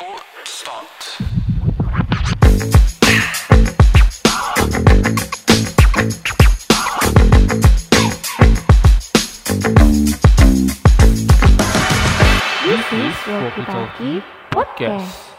Report stopped. This is Walkie-Talkie Podcast.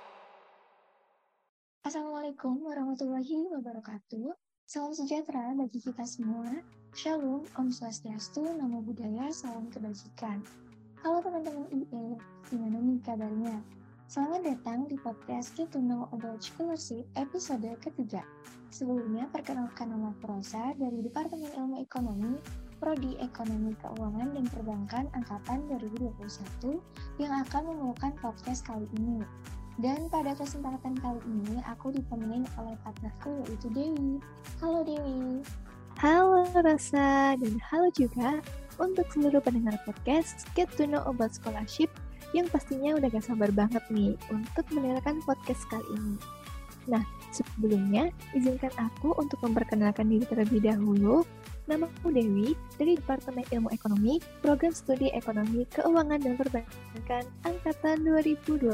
Assalamualaikum warahmatullahi wabarakatuh. Salam sejahtera bagi kita semua. Shalom, Om Swastiastu, Namo Buddhaya, salam kebajikan. Halo teman-teman IE, gimana nih kabarnya? Selamat datang di podcast Get to Know About Scholarship episode ketiga. Sebelumnya perkenalkan nama Rosa dari Departemen Ilmu Ekonomi, Prodi Ekonomi Keuangan dan Perbankan Angkatan 2021 yang akan membawakan podcast kali ini. Dan pada kesempatan kali ini aku ditemenin oleh partnerku yaitu Dewi. Halo Dewi. Halo Rosa, dan halo juga untuk seluruh pendengar podcast Get to Know About Scholarship yang pastinya udah gak sabar banget nih untuk mendengarkan podcast kali ini. Nah, sebelumnya izinkan aku untuk memperkenalkan diri terlebih dahulu. Namaku Dewi dari Departemen Ilmu Ekonomi, Program Studi Ekonomi, Keuangan dan Perbankan Angkatan 2021.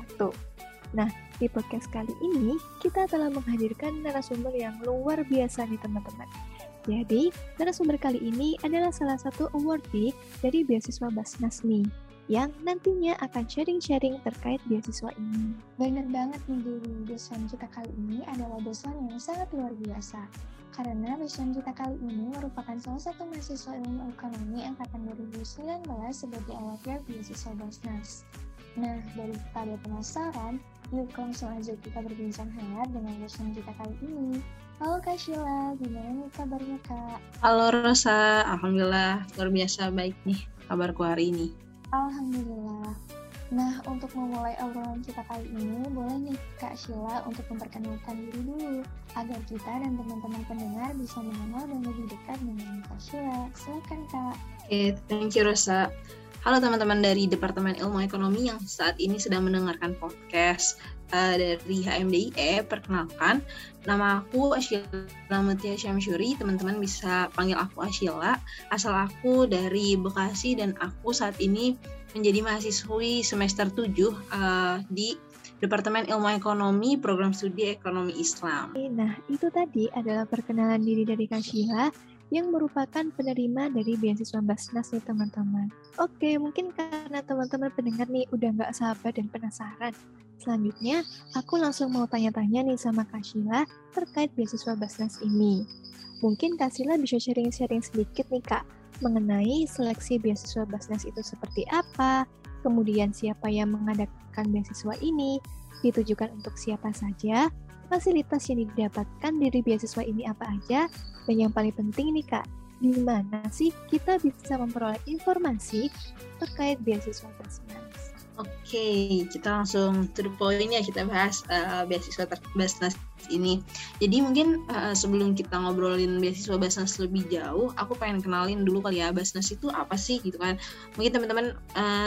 Nah, di podcast kali ini kita telah menghadirkan narasumber yang luar biasa nih teman-teman. Jadi, narasumber kali ini adalah salah satu awardee dari beasiswa Basnas nih, yang nantinya akan sharing-sharing terkait beasiswa ini. Bener banget nih Dewi, dosen kita kali ini adalah dosen yang sangat luar biasa. Karena dosen kita kali ini merupakan salah satu mahasiswa ilmu ekonomi angkatan 2019 sebagai awardee beasiswa Basnas. Nah, daripada penasaran, yuk langsung aja kita berbincang hangat dengan dosen kita kali ini. Halo Kak Sheila, gimana nih kabarnya Kak? Halo Rosa, Alhamdulillah luar biasa baik nih kabarku hari ini. Alhamdulillah. Nah, untuk memulai obrolan kita kali ini, boleh nih Kak Sheila untuk memperkenalkan diri dulu, agar kita dan teman-teman pendengar bisa mengenal dan lebih dekat dengan Kak Sheila. Silakan Kak. Oke, thank you Rosa. Halo teman-teman dari Departemen Ilmu Ekonomi yang saat ini sedang mendengarkan podcast dari HMDIE. Perkenalkan, nama aku Asyila Mutia Syamsyuri. Teman-teman bisa panggil aku Asyila. Asal aku dari Bekasi dan aku saat ini menjadi mahasiswi semester 7 di Departemen Ilmu Ekonomi, Program Studi Ekonomi Islam. Nah, itu tadi adalah perkenalan diri dari Kak Sheila yang merupakan penerima dari beasiswa Basnas nih teman-teman. Oke, mungkin karena teman-teman pendengar nih udah nggak sabar dan penasaran. Selanjutnya, aku langsung mau tanya-tanya nih sama Kak Sheila terkait beasiswa Basnas ini. Mungkin Kak Sheila bisa sharing-sharing sedikit nih Kak, mengenai seleksi beasiswa Basnas itu seperti apa, kemudian siapa yang mengadakan beasiswa ini, ditujukan untuk siapa saja, fasilitas yang didapatkan dari beasiswa ini apa aja, dan yang paling penting nih Kak, di mana sih kita bisa memperoleh informasi terkait beasiswa Basnas? Oke, kita langsung to the point ya, kita bahas beasiswa Basnas ini. Jadi mungkin sebelum kita ngobrolin beasiswa Basnas lebih jauh, aku pengen kenalin dulu kali ya, Basnas itu apa sih gitu kan. Mungkin teman-teman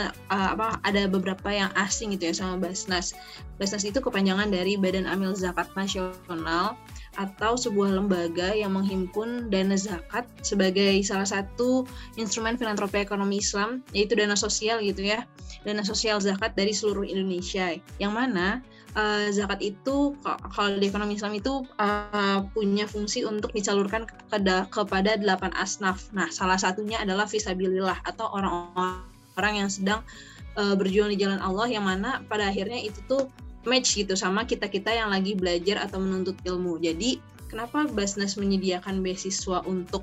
ada beberapa yang asing gitu ya sama Basnas. Basnas itu kepanjangan dari Badan Amil Zakat Nasional, atau sebuah lembaga yang menghimpun dana zakat sebagai salah satu instrumen filantropi ekonomi Islam, yaitu dana sosial gitu ya, dana sosial zakat dari seluruh Indonesia, yang mana zakat itu kalau di ekonomi Islam itu punya fungsi untuk disalurkan kepada 8 asnaf. Nah, salah satunya adalah fisabilillah atau orang-orang yang sedang berjuang di jalan Allah, yang mana pada akhirnya itu tuh match gitu sama kita-kita yang lagi belajar atau menuntut ilmu. Jadi kenapa Basnas menyediakan beasiswa untuk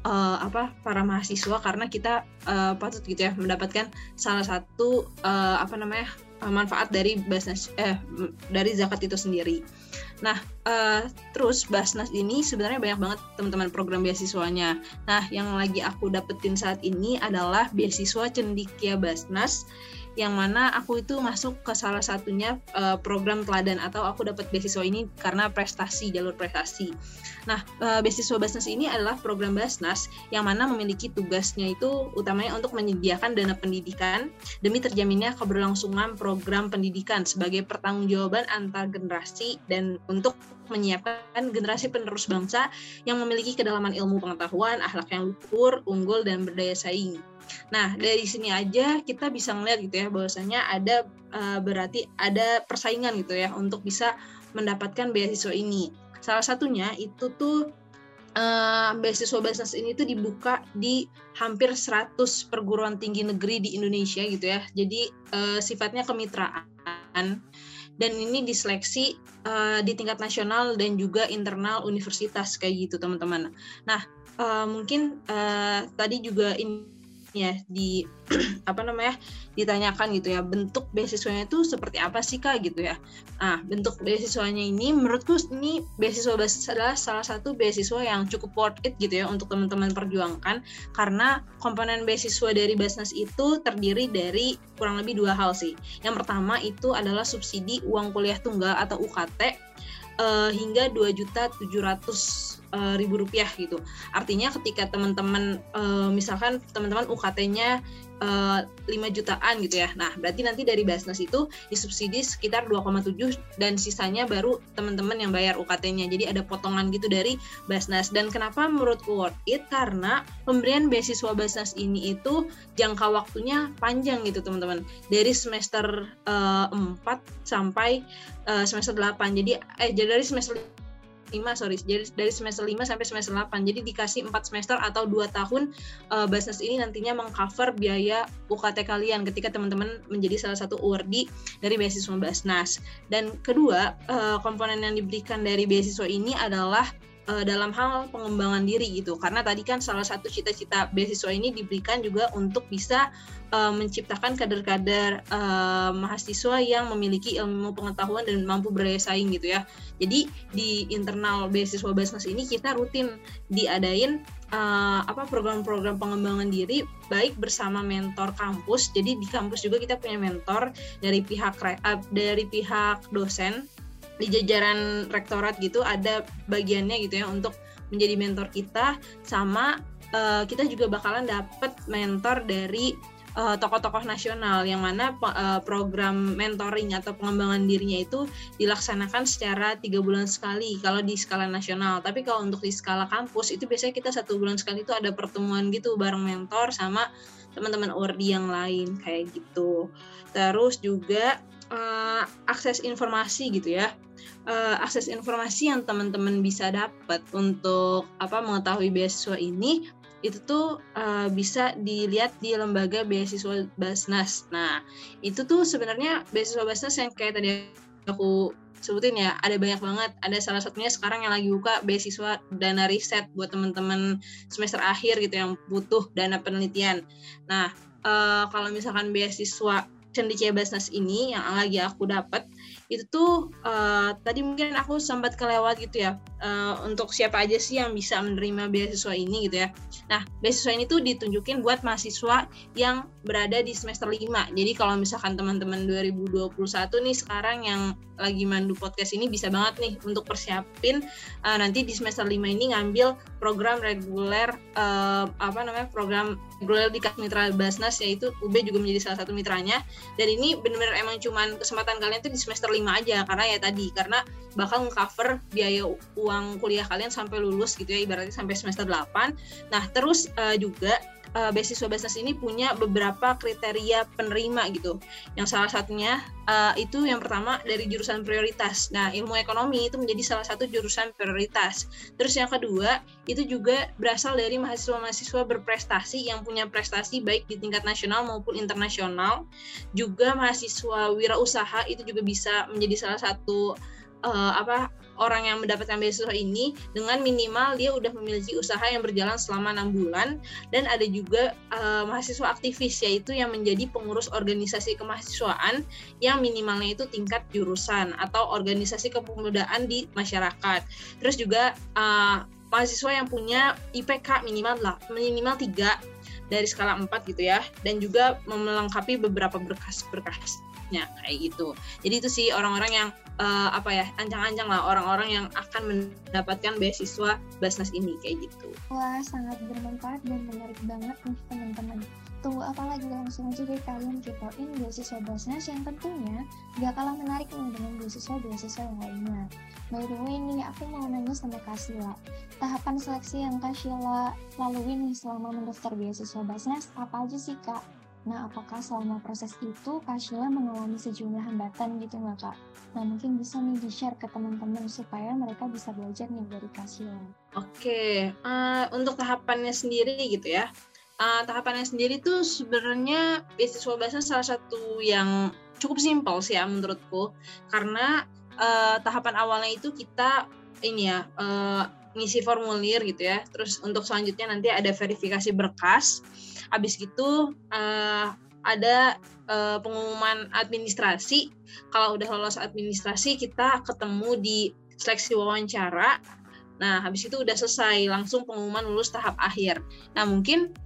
para mahasiswa, karena kita patut gitu ya mendapatkan salah satu manfaat dari Basnas dari zakat itu sendiri. Nah, terus Basnas ini sebenarnya banyak banget teman-teman program beasiswanya. Nah, yang lagi aku dapetin saat ini adalah beasiswa Cendekia Basnas, yang mana aku itu masuk ke salah satunya program teladan, atau aku dapat beasiswa ini karena jalur prestasi. Nah, beasiswa Basnas ini adalah program Basnas yang mana memiliki tugasnya itu utamanya untuk menyediakan dana pendidikan demi terjaminnya keberlangsungan program pendidikan sebagai pertanggungjawaban antar generasi dan dan untuk menyiapkan generasi penerus bangsa yang memiliki kedalaman ilmu pengetahuan, akhlak yang luhur, unggul, dan berdaya saing. Nah, dari sini aja kita bisa ngeliat gitu ya, bahwasanya ada berarti ada persaingan gitu ya untuk bisa mendapatkan beasiswa ini. Salah satunya itu tuh beasiswa Basnas ini tuh dibuka di hampir 100 perguruan tinggi negeri di Indonesia gitu ya. Jadi sifatnya kemitraan. Dan ini diseleksi di tingkat nasional dan juga internal universitas kayak gitu teman-teman. Nah mungkin tadi juga ini ya ditanyakan gitu ya, bentuk beasiswanya itu seperti apa sih Kak gitu ya. Nah bentuk beasiswanya ini menurutku ini beasiswa Basnas adalah salah satu beasiswa yang cukup worth it gitu ya untuk teman-teman perjuangkan, karena komponen beasiswa dari Basnas itu terdiri dari kurang lebih 2 hal sih. Yang pertama itu adalah subsidi uang kuliah tunggal atau UKT hingga 2.700.000 rupiah gitu. Artinya ketika teman-teman misalkan teman-teman UKT-nya 5 jutaan gitu ya. Nah, berarti nanti dari Basnas itu disubsidi sekitar 2,7 dan sisanya baru teman-teman yang bayar UKT-nya. Jadi ada potongan gitu dari Basnas. Dan kenapa menurutku worth it? Karena pemberian beasiswa Basnas ini itu jangka waktunya panjang gitu teman-teman. Dari semester 4 sampai semester 8. Jadi dari semester 5, dari semester 5 sampai semester 8. Jadi dikasih 4 semester atau 2 tahun Basnas ini nantinya mengcover biaya UKT kalian ketika teman-teman menjadi salah satu awardee dari beasiswa Basnas. Dan kedua, komponen yang diberikan dari beasiswa ini adalah dalam hal pengembangan diri gitu, karena tadi kan salah satu cita-cita beasiswa ini diberikan juga untuk bisa menciptakan kader-kader mahasiswa yang memiliki ilmu pengetahuan dan mampu berdaya saing gitu ya. Jadi di internal beasiswa Basnas ini kita rutin diadain program-program pengembangan diri baik bersama mentor kampus. Jadi di kampus juga kita punya mentor dari pihak dosen. Di jajaran rektorat gitu ada bagiannya gitu ya untuk menjadi mentor kita, sama kita juga bakalan dapat mentor dari tokoh-tokoh nasional yang mana program mentoring atau pengembangan dirinya itu dilaksanakan secara 3 bulan sekali kalau di skala nasional. Tapi kalau untuk di skala kampus itu biasanya kita 1 bulan sekali itu ada pertemuan gitu bareng mentor sama teman-teman awardee yang lain kayak gitu. Terus juga akses informasi gitu ya. Akses informasi yang teman-teman bisa dapat untuk mengetahui beasiswa ini itu tuh bisa dilihat di lembaga beasiswa Basnas. Nah, itu tuh sebenarnya beasiswa Basnas yang kayak tadi aku sebutin ya, ada banyak banget. Ada salah satunya sekarang yang lagi buka beasiswa dana riset buat teman-teman semester akhir gitu yang butuh dana penelitian. Nah, kalau misalkan beasiswa Cendekia Basnas ini yang lagi aku dapat itu tuh tadi mungkin aku sempat kelewat gitu ya, untuk siapa aja sih yang bisa menerima beasiswa ini gitu ya. Nah, beasiswa ini tuh ditunjukin buat mahasiswa yang berada di semester 5. Jadi kalau misalkan teman-teman 2021 nih sekarang yang lagi mandu podcast ini bisa banget nih untuk persiapin nanti di semester 5 ini ngambil program reguler program reguler di Mitra Basnas, yaitu UB juga menjadi salah satu mitranya. Dan ini benar-benar emang cuman kesempatan kalian tuh di semester 5 aja, karena bakal nge-cover biaya uang kuliah kalian sampai lulus gitu ya, ibaratnya sampai semester 8. Nah, terus juga beasiswa Basnas ini punya beberapa kriteria penerima gitu. Yang salah satunya itu yang pertama dari jurusan prioritas. Nah, ilmu ekonomi itu menjadi salah satu jurusan prioritas. Terus yang kedua, itu juga berasal dari mahasiswa-mahasiswa berprestasi yang punya prestasi baik di tingkat nasional maupun internasional. Juga mahasiswa wirausaha itu juga bisa menjadi salah satu orang yang mendapatkan beasiswa ini dengan minimal dia udah memiliki usaha yang berjalan selama 6 bulan. Dan ada juga mahasiswa aktivis, yaitu yang menjadi pengurus organisasi kemahasiswaan yang minimalnya itu tingkat jurusan atau organisasi kepemudaan di masyarakat. Terus juga mahasiswa yang punya IPK minimal 3 dari skala 4 gitu ya, dan juga melengkapi beberapa berkas-berkasnya kayak gitu. Jadi itu sih orang-orang yang ancang-ancang lah orang-orang yang akan mendapatkan beasiswa Basnas ini kayak gitu. Wah, sangat bermanfaat dan menarik banget nih teman-teman. Tunggu apa lagi, langsung aja deh kalian kepoin beasiswa Basnas yang tentunya gak kalah menarik nih dengan beasiswa-beasiswa yang lainnya. By the way nih, aku mau nanya sama Kak Sheila. Tahapan seleksi yang Kak Sheila lalui nih selama mendaftar beasiswa Basnas apa aja sih Kak? Nah, apakah selama proses itu Kak Sheila mengalami sejumlah hambatan gitu nggak Kak? Nah, mungkin bisa nih di-share ke teman-teman supaya mereka bisa belajar nih dari Kak Sheila. Oke, untuk tahapannya sendiri gitu ya. Tahapannya sendiri tuh sebenarnya beasiswa Basnas salah satu yang cukup simpel sih ya menurutku. Karena tahapan awalnya itu kita ngisi formulir gitu ya. Terus untuk selanjutnya nanti ada verifikasi berkas. Habis gitu ada pengumuman administrasi. Kalau udah lolos administrasi kita ketemu di seleksi wawancara. Nah, habis itu udah selesai, langsung pengumuman lulus tahap akhir. Nah, mungkin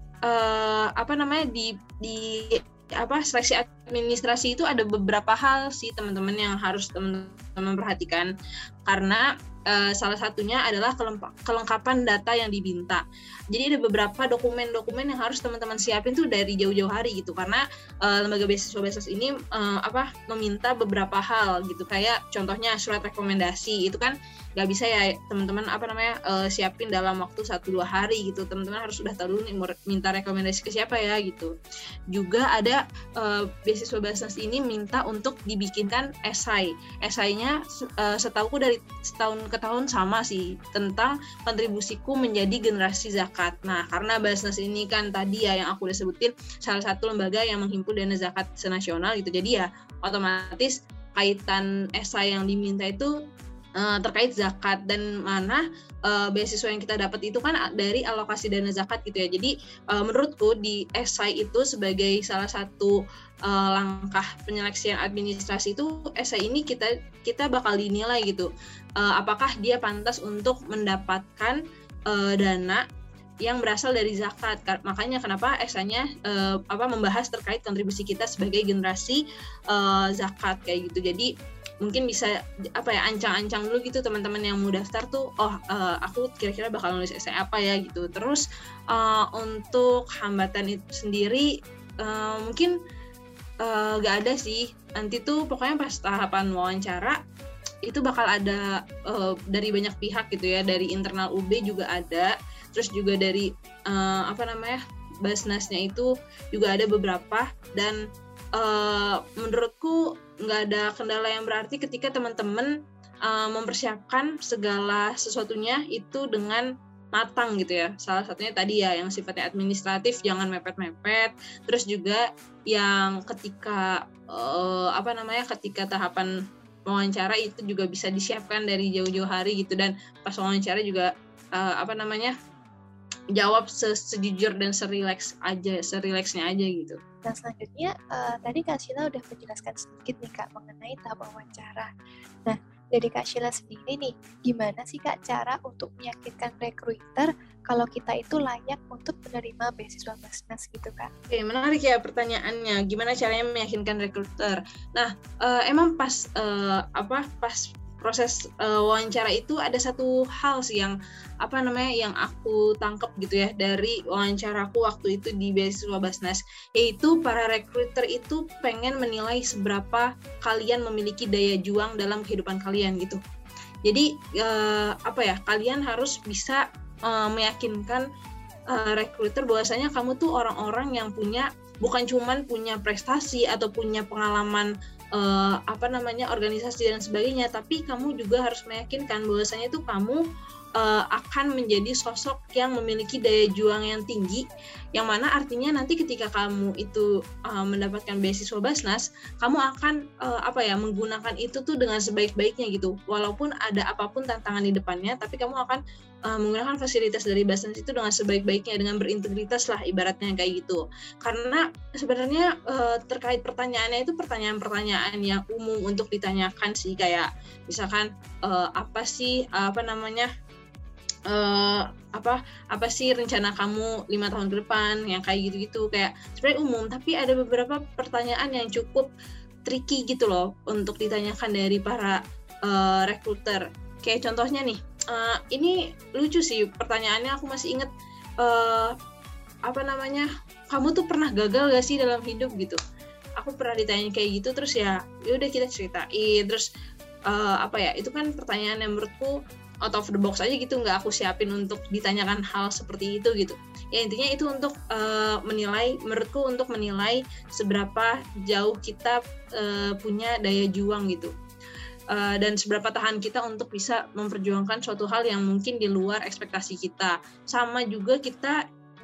seleksi administrasi itu ada beberapa hal sih teman-teman yang harus teman-teman perhatikan, karena salah satunya adalah kelengkapan data yang diminta. Jadi ada beberapa dokumen-dokumen yang harus teman-teman siapin tuh dari jauh-jauh hari gitu, karena lembaga beasiswa Basnas ini meminta beberapa hal gitu, kayak contohnya surat rekomendasi itu kan nggak bisa ya teman-teman siapin dalam waktu 1-2 hari gitu. Teman-teman harus udah tahu dulu nih minta rekomendasi ke siapa ya gitu. Juga ada beasiswa Basnas ini minta untuk dibikinkan esai. Esainya setauku dari setahun ke tahun sama sih, tentang kontribusiku menjadi generasi zakat. Nah, karena Basnas ini kan tadi ya yang aku udah sebutin salah satu lembaga yang menghimpun dana zakat senasional gitu. Jadi ya otomatis kaitan esai yang diminta itu terkait zakat, dan mana beasiswa yang kita dapat itu kan dari alokasi dana zakat gitu ya. Jadi menurutku di esai itu sebagai salah satu langkah penyeleksian administrasi itu, esai ini kita bakal dinilai gitu, apakah dia pantas untuk mendapatkan dana yang berasal dari zakat. Makanya kenapa esainya membahas terkait kontribusi kita sebagai generasi zakat kayak gitu. Jadi mungkin bisa ancang-ancang dulu gitu teman-teman yang mau daftar tuh, aku kira-kira bakal nulis esai apa ya gitu. Terus untuk hambatan itu sendiri mungkin gak ada sih. Nanti tuh pokoknya pas tahapan wawancara itu bakal ada dari banyak pihak gitu ya, dari internal UB juga ada, terus juga dari Basnasnya itu juga ada beberapa. Dan menurutku nggak ada kendala yang berarti ketika teman-teman mempersiapkan segala sesuatunya itu dengan matang gitu ya. Salah satunya tadi ya yang sifatnya administratif, jangan mepet-mepet. Terus juga yang ketika ketika tahapan wawancara itu juga bisa disiapkan dari jauh-jauh hari gitu, dan pas wawancara juga jawab sejujur dan serileksnya aja gitu. Nah, selanjutnya tadi Kak Sheila udah menjelaskan sedikit nih Kak mengenai tahap wawancara. Nah, dari Kak Sheila sendiri nih, gimana sih Kak cara untuk meyakinkan recruiter kalau kita itu layak untuk menerima beasiswa Basnas gitu Kak? Oke, menarik ya pertanyaannya. Gimana caranya meyakinkan recruiter? Nah, emang pas proses wawancara itu ada satu hal sih yang yang aku tangkap gitu ya dari wawancaraku waktu itu di beasiswa Basnas, yaitu para recruiter itu pengen menilai seberapa kalian memiliki daya juang dalam kehidupan kalian gitu. Jadi kalian harus bisa meyakinkan recruiter bahwasanya kamu tuh orang-orang yang bukan cuman punya prestasi atau punya pengalaman organisasi dan sebagainya, tapi kamu juga harus meyakinkan bahwasanya tuh kamu akan menjadi sosok yang memiliki daya juang yang tinggi, yang mana artinya nanti ketika kamu itu mendapatkan beasiswa Basnas, kamu akan menggunakan itu tuh dengan sebaik-baiknya gitu. Walaupun ada apapun tantangan di depannya, tapi kamu akan menggunakan fasilitas dari Basnas itu dengan sebaik-baiknya, dengan berintegritas lah ibaratnya kayak gitu. Karena sebenarnya terkait pertanyaannya itu pertanyaan-pertanyaan yang umum untuk ditanyakan sih, kayak misalkan apa sih rencana kamu 5 tahun ke depan, yang kayak gitu-gitu, kayak sebenarnya umum, tapi ada beberapa pertanyaan yang cukup tricky gitu loh untuk ditanyakan dari para rekruter. Kayak contohnya nih, ini lucu sih pertanyaannya, aku masih inget, kamu tuh pernah gagal gak sih dalam hidup gitu. Aku pernah ditanya kayak gitu, terus ya udah kita ceritain, terus itu kan pertanyaan yang menurutku out of the box aja gitu, nggak aku siapin untuk ditanyakan hal seperti itu gitu. Ya intinya itu untuk menurutku untuk menilai seberapa jauh kita punya daya juang gitu, dan seberapa tahan kita untuk bisa memperjuangkan suatu hal yang mungkin di luar ekspektasi kita. Sama juga kita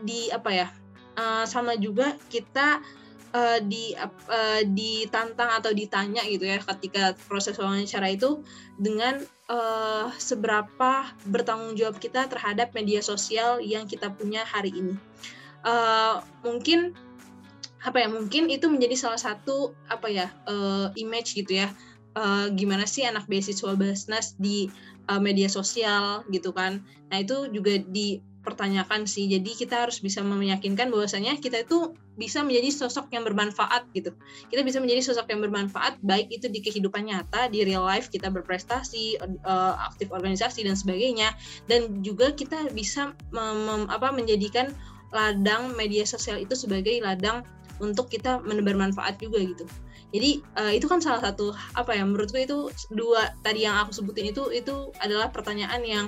ditantang atau ditanya gitu ya ketika proses wawancara itu, dengan seberapa bertanggung jawab kita terhadap media sosial yang kita punya hari ini. Mungkin itu menjadi salah satu image gitu ya, gimana sih anak beasiswa Basnas di media sosial gitu kan. Nah itu juga dipertanyakan sih, jadi kita harus bisa meyakinkan bahwasanya kita itu bisa menjadi sosok yang bermanfaat gitu. Kita bisa menjadi sosok yang bermanfaat, baik itu di kehidupan nyata, di real life kita berprestasi, aktif organisasi dan sebagainya, dan juga kita bisa menjadikan ladang media sosial itu sebagai ladang untuk kita menebar manfaat juga gitu. Jadi itu kan salah satu menurutku itu dua tadi yang aku sebutin itu adalah pertanyaan yang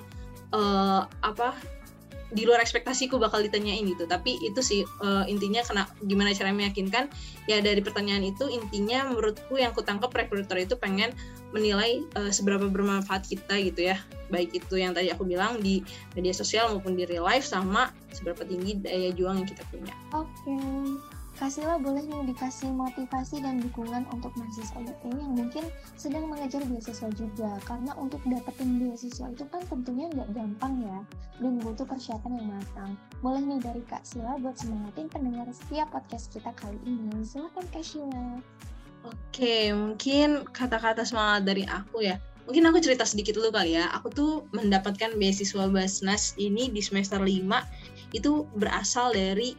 di luar ekspektasiku bakal ditanyain gitu. Tapi itu sih intinya gimana cara meyakinkan ya, dari pertanyaan itu intinya menurutku yang kutangkap rekruter itu pengen menilai seberapa bermanfaat kita gitu ya, baik itu yang tadi aku bilang di media sosial maupun di real life, sama seberapa tinggi daya juang yang kita punya. Oke. Kak Sila boleh nih dikasih motivasi dan dukungan untuk mahasiswa ini yang mungkin sedang mengejar beasiswa juga, karena untuk dapetin beasiswa itu kan tentunya nggak gampang ya, dan butuh persiapan yang matang. Boleh nih dari Kak Sila buat semangatin pendengar setiap podcast kita kali ini. Silakan Kak Sila. Oke, mungkin kata-kata semangat dari aku ya. Mungkin aku cerita sedikit dulu kali ya. Aku tuh mendapatkan beasiswa Basnas ini di semester 5 itu berasal dari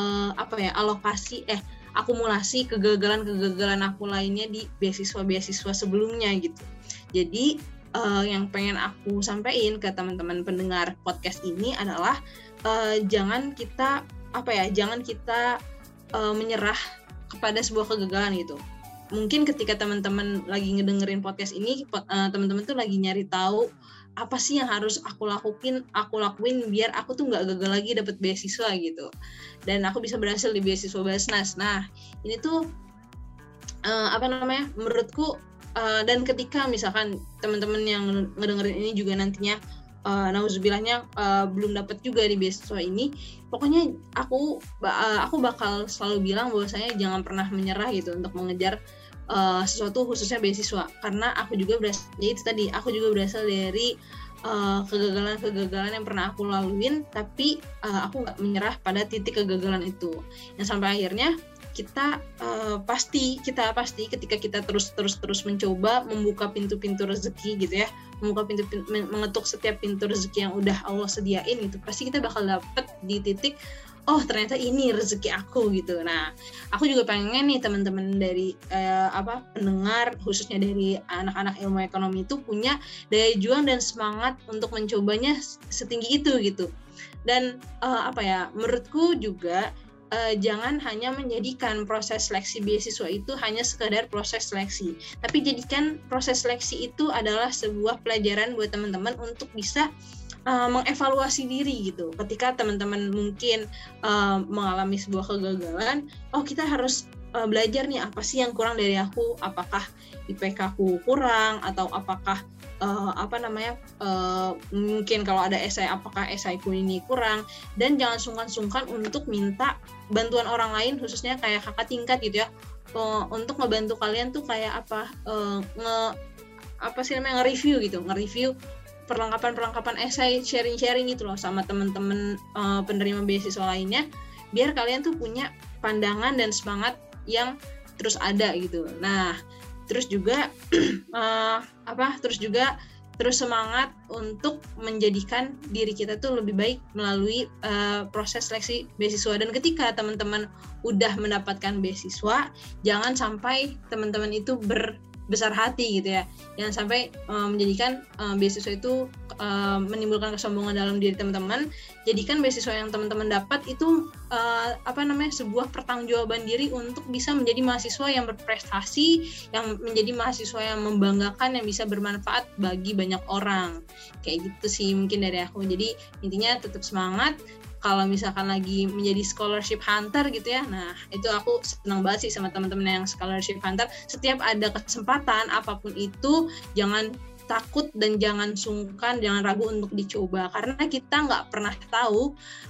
akumulasi kegagalan aku lainnya di beasiswa sebelumnya gitu. Jadi yang pengen aku sampaikan ke teman-teman pendengar podcast ini adalah jangan kita menyerah kepada sebuah kegagalan gitu. Mungkin ketika teman-teman lagi ngedengerin podcast ini, teman-teman tuh lagi nyari tahu apa sih yang harus aku lakuin biar aku tuh nggak gagal lagi dapet beasiswa gitu, dan aku bisa berhasil di beasiswa Basnas. Nah ini tuh menurutku, dan ketika misalkan teman-teman yang ngedengerin ini juga nantinya nauzubillahnya belum dapat juga di beasiswa ini, pokoknya aku bakal selalu bilang bahwasanya jangan pernah menyerah gitu untuk mengejar sesuatu, khususnya beasiswa, karena aku juga berasal dari kegagalan yang pernah aku laluin, tapi aku nggak menyerah pada titik kegagalan itu, yang sampai akhirnya kita pasti ketika kita terus mencoba membuka pintu-pintu rezeki gitu ya, mengetuk setiap pintu rezeki yang udah Allah sediain gitu, pasti kita bakal dapet di titik oh ternyata ini rezeki aku gitu. Nah aku juga pengen nih teman-teman dari pendengar, khususnya dari anak-anak ilmu ekonomi itu punya daya juang dan semangat untuk mencobanya setinggi itu gitu. Dan menurutku juga jangan hanya menjadikan proses seleksi beasiswa itu hanya sekadar proses seleksi, tapi jadikan proses seleksi itu adalah sebuah pelajaran buat teman-teman untuk bisa mengevaluasi diri gitu. Ketika teman-teman mungkin mengalami sebuah kegagalan, kita harus belajar nih apa sih yang kurang dari aku, apakah IPK ku kurang, atau apakah mungkin kalau ada esai, apakah esai ku ini kurang. Dan jangan sungkan-sungkan untuk minta bantuan orang lain, khususnya kayak kakak tingkat gitu ya, untuk ngebantu kalian tuh kayak nge-review gitu, nge-review perlengkapan esai, sharing gitu loh sama teman-teman penerima beasiswa lainnya, biar kalian tuh punya pandangan dan semangat yang terus ada gitu. Nah terus juga terus semangat untuk menjadikan diri kita tuh lebih baik melalui proses seleksi beasiswa. Dan ketika teman-teman udah mendapatkan beasiswa, jangan sampai teman-teman itu besar hati gitu ya. Jangan sampai menjadikan beasiswa itu menimbulkan kesombongan dalam diri teman-teman. Jadikan beasiswa yang teman-teman dapat itu sebuah pertanggungjawaban diri untuk bisa menjadi mahasiswa yang berprestasi, yang menjadi mahasiswa yang membanggakan, yang bisa bermanfaat bagi banyak orang. Kayak gitu sih mungkin dari aku. Jadi intinya tetap semangat. Kalau misalkan lagi menjadi scholarship hunter gitu ya, nah itu aku senang banget sih sama teman-teman yang scholarship hunter. Setiap ada kesempatan apapun itu, jangan takut dan jangan sungkan, jangan ragu untuk dicoba, karena kita nggak pernah tahu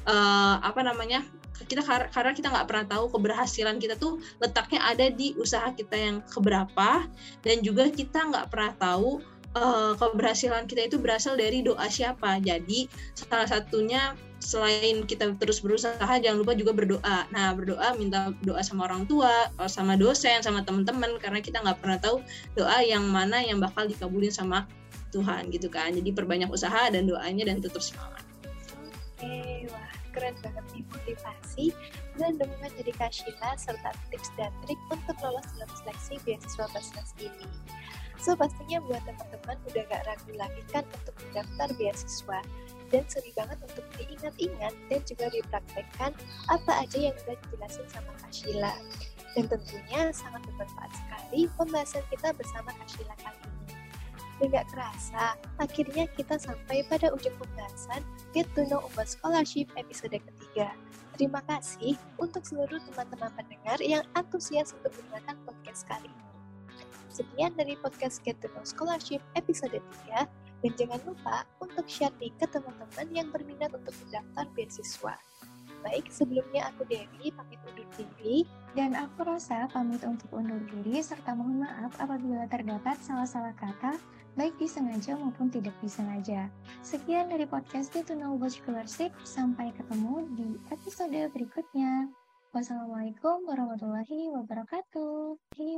karena kita nggak pernah tahu keberhasilan kita tuh letaknya ada di usaha kita yang keberapa, dan juga kita nggak pernah tahu keberhasilan kita itu berasal dari doa siapa. Jadi salah satunya selain kita terus berusaha, jangan lupa juga berdoa. Nah, berdoa, minta doa sama orang tua, sama dosen, sama teman-teman, karena kita nggak pernah tahu doa yang mana yang bakal dikabulin sama Tuhan gitu kan. Jadi perbanyak usaha dan doanya dan tetap semangat. Oke, wah keren banget nih motivasi dan dukungan dari Kak Sheila serta tips dan trik untuk lolos dalam seleksi beasiswa Basnas ini. So pastinya buat teman-teman udah gak ragu lagi kan untuk mendaftar beasiswa, dan sering banget untuk diingat-ingat dan juga dipraktekkan apa aja yang udah dijelasin sama Kak Sheila. Dan tentunya sangat bermanfaat sekali pembahasan kita bersama Kak Sheila kali ini. Dan gak kerasa, akhirnya kita sampai pada ujung pembahasan Get to Know About Scholarship episode ketiga. Terima kasih untuk seluruh teman-teman pendengar yang antusias untuk mendengarkan podcast kali ini. Sekian dari podcast Get to Know Scholarship episode 3, dan jangan lupa untuk share nih ke teman-teman yang berminat untuk mendaftar beasiswa. Baik, sebelumnya aku Dewi pamit undur diri, dan aku Rosa pamit untuk undur diri, serta mohon maaf apabila terdapat salah-salah kata, baik disengaja maupun tidak disengaja. Sekian dari podcast Get to Know About Scholarship, sampai ketemu di episode berikutnya. Wassalamualaikum warahmatullahi wabarakatuh.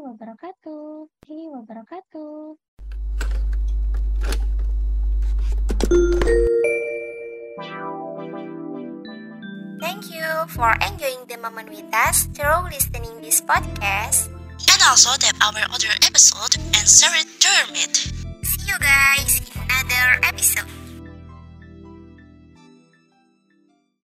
Thank you for enjoying the moment with us through listening this podcast. And also tap our other episode and share it to your mate. See you guys in another episode.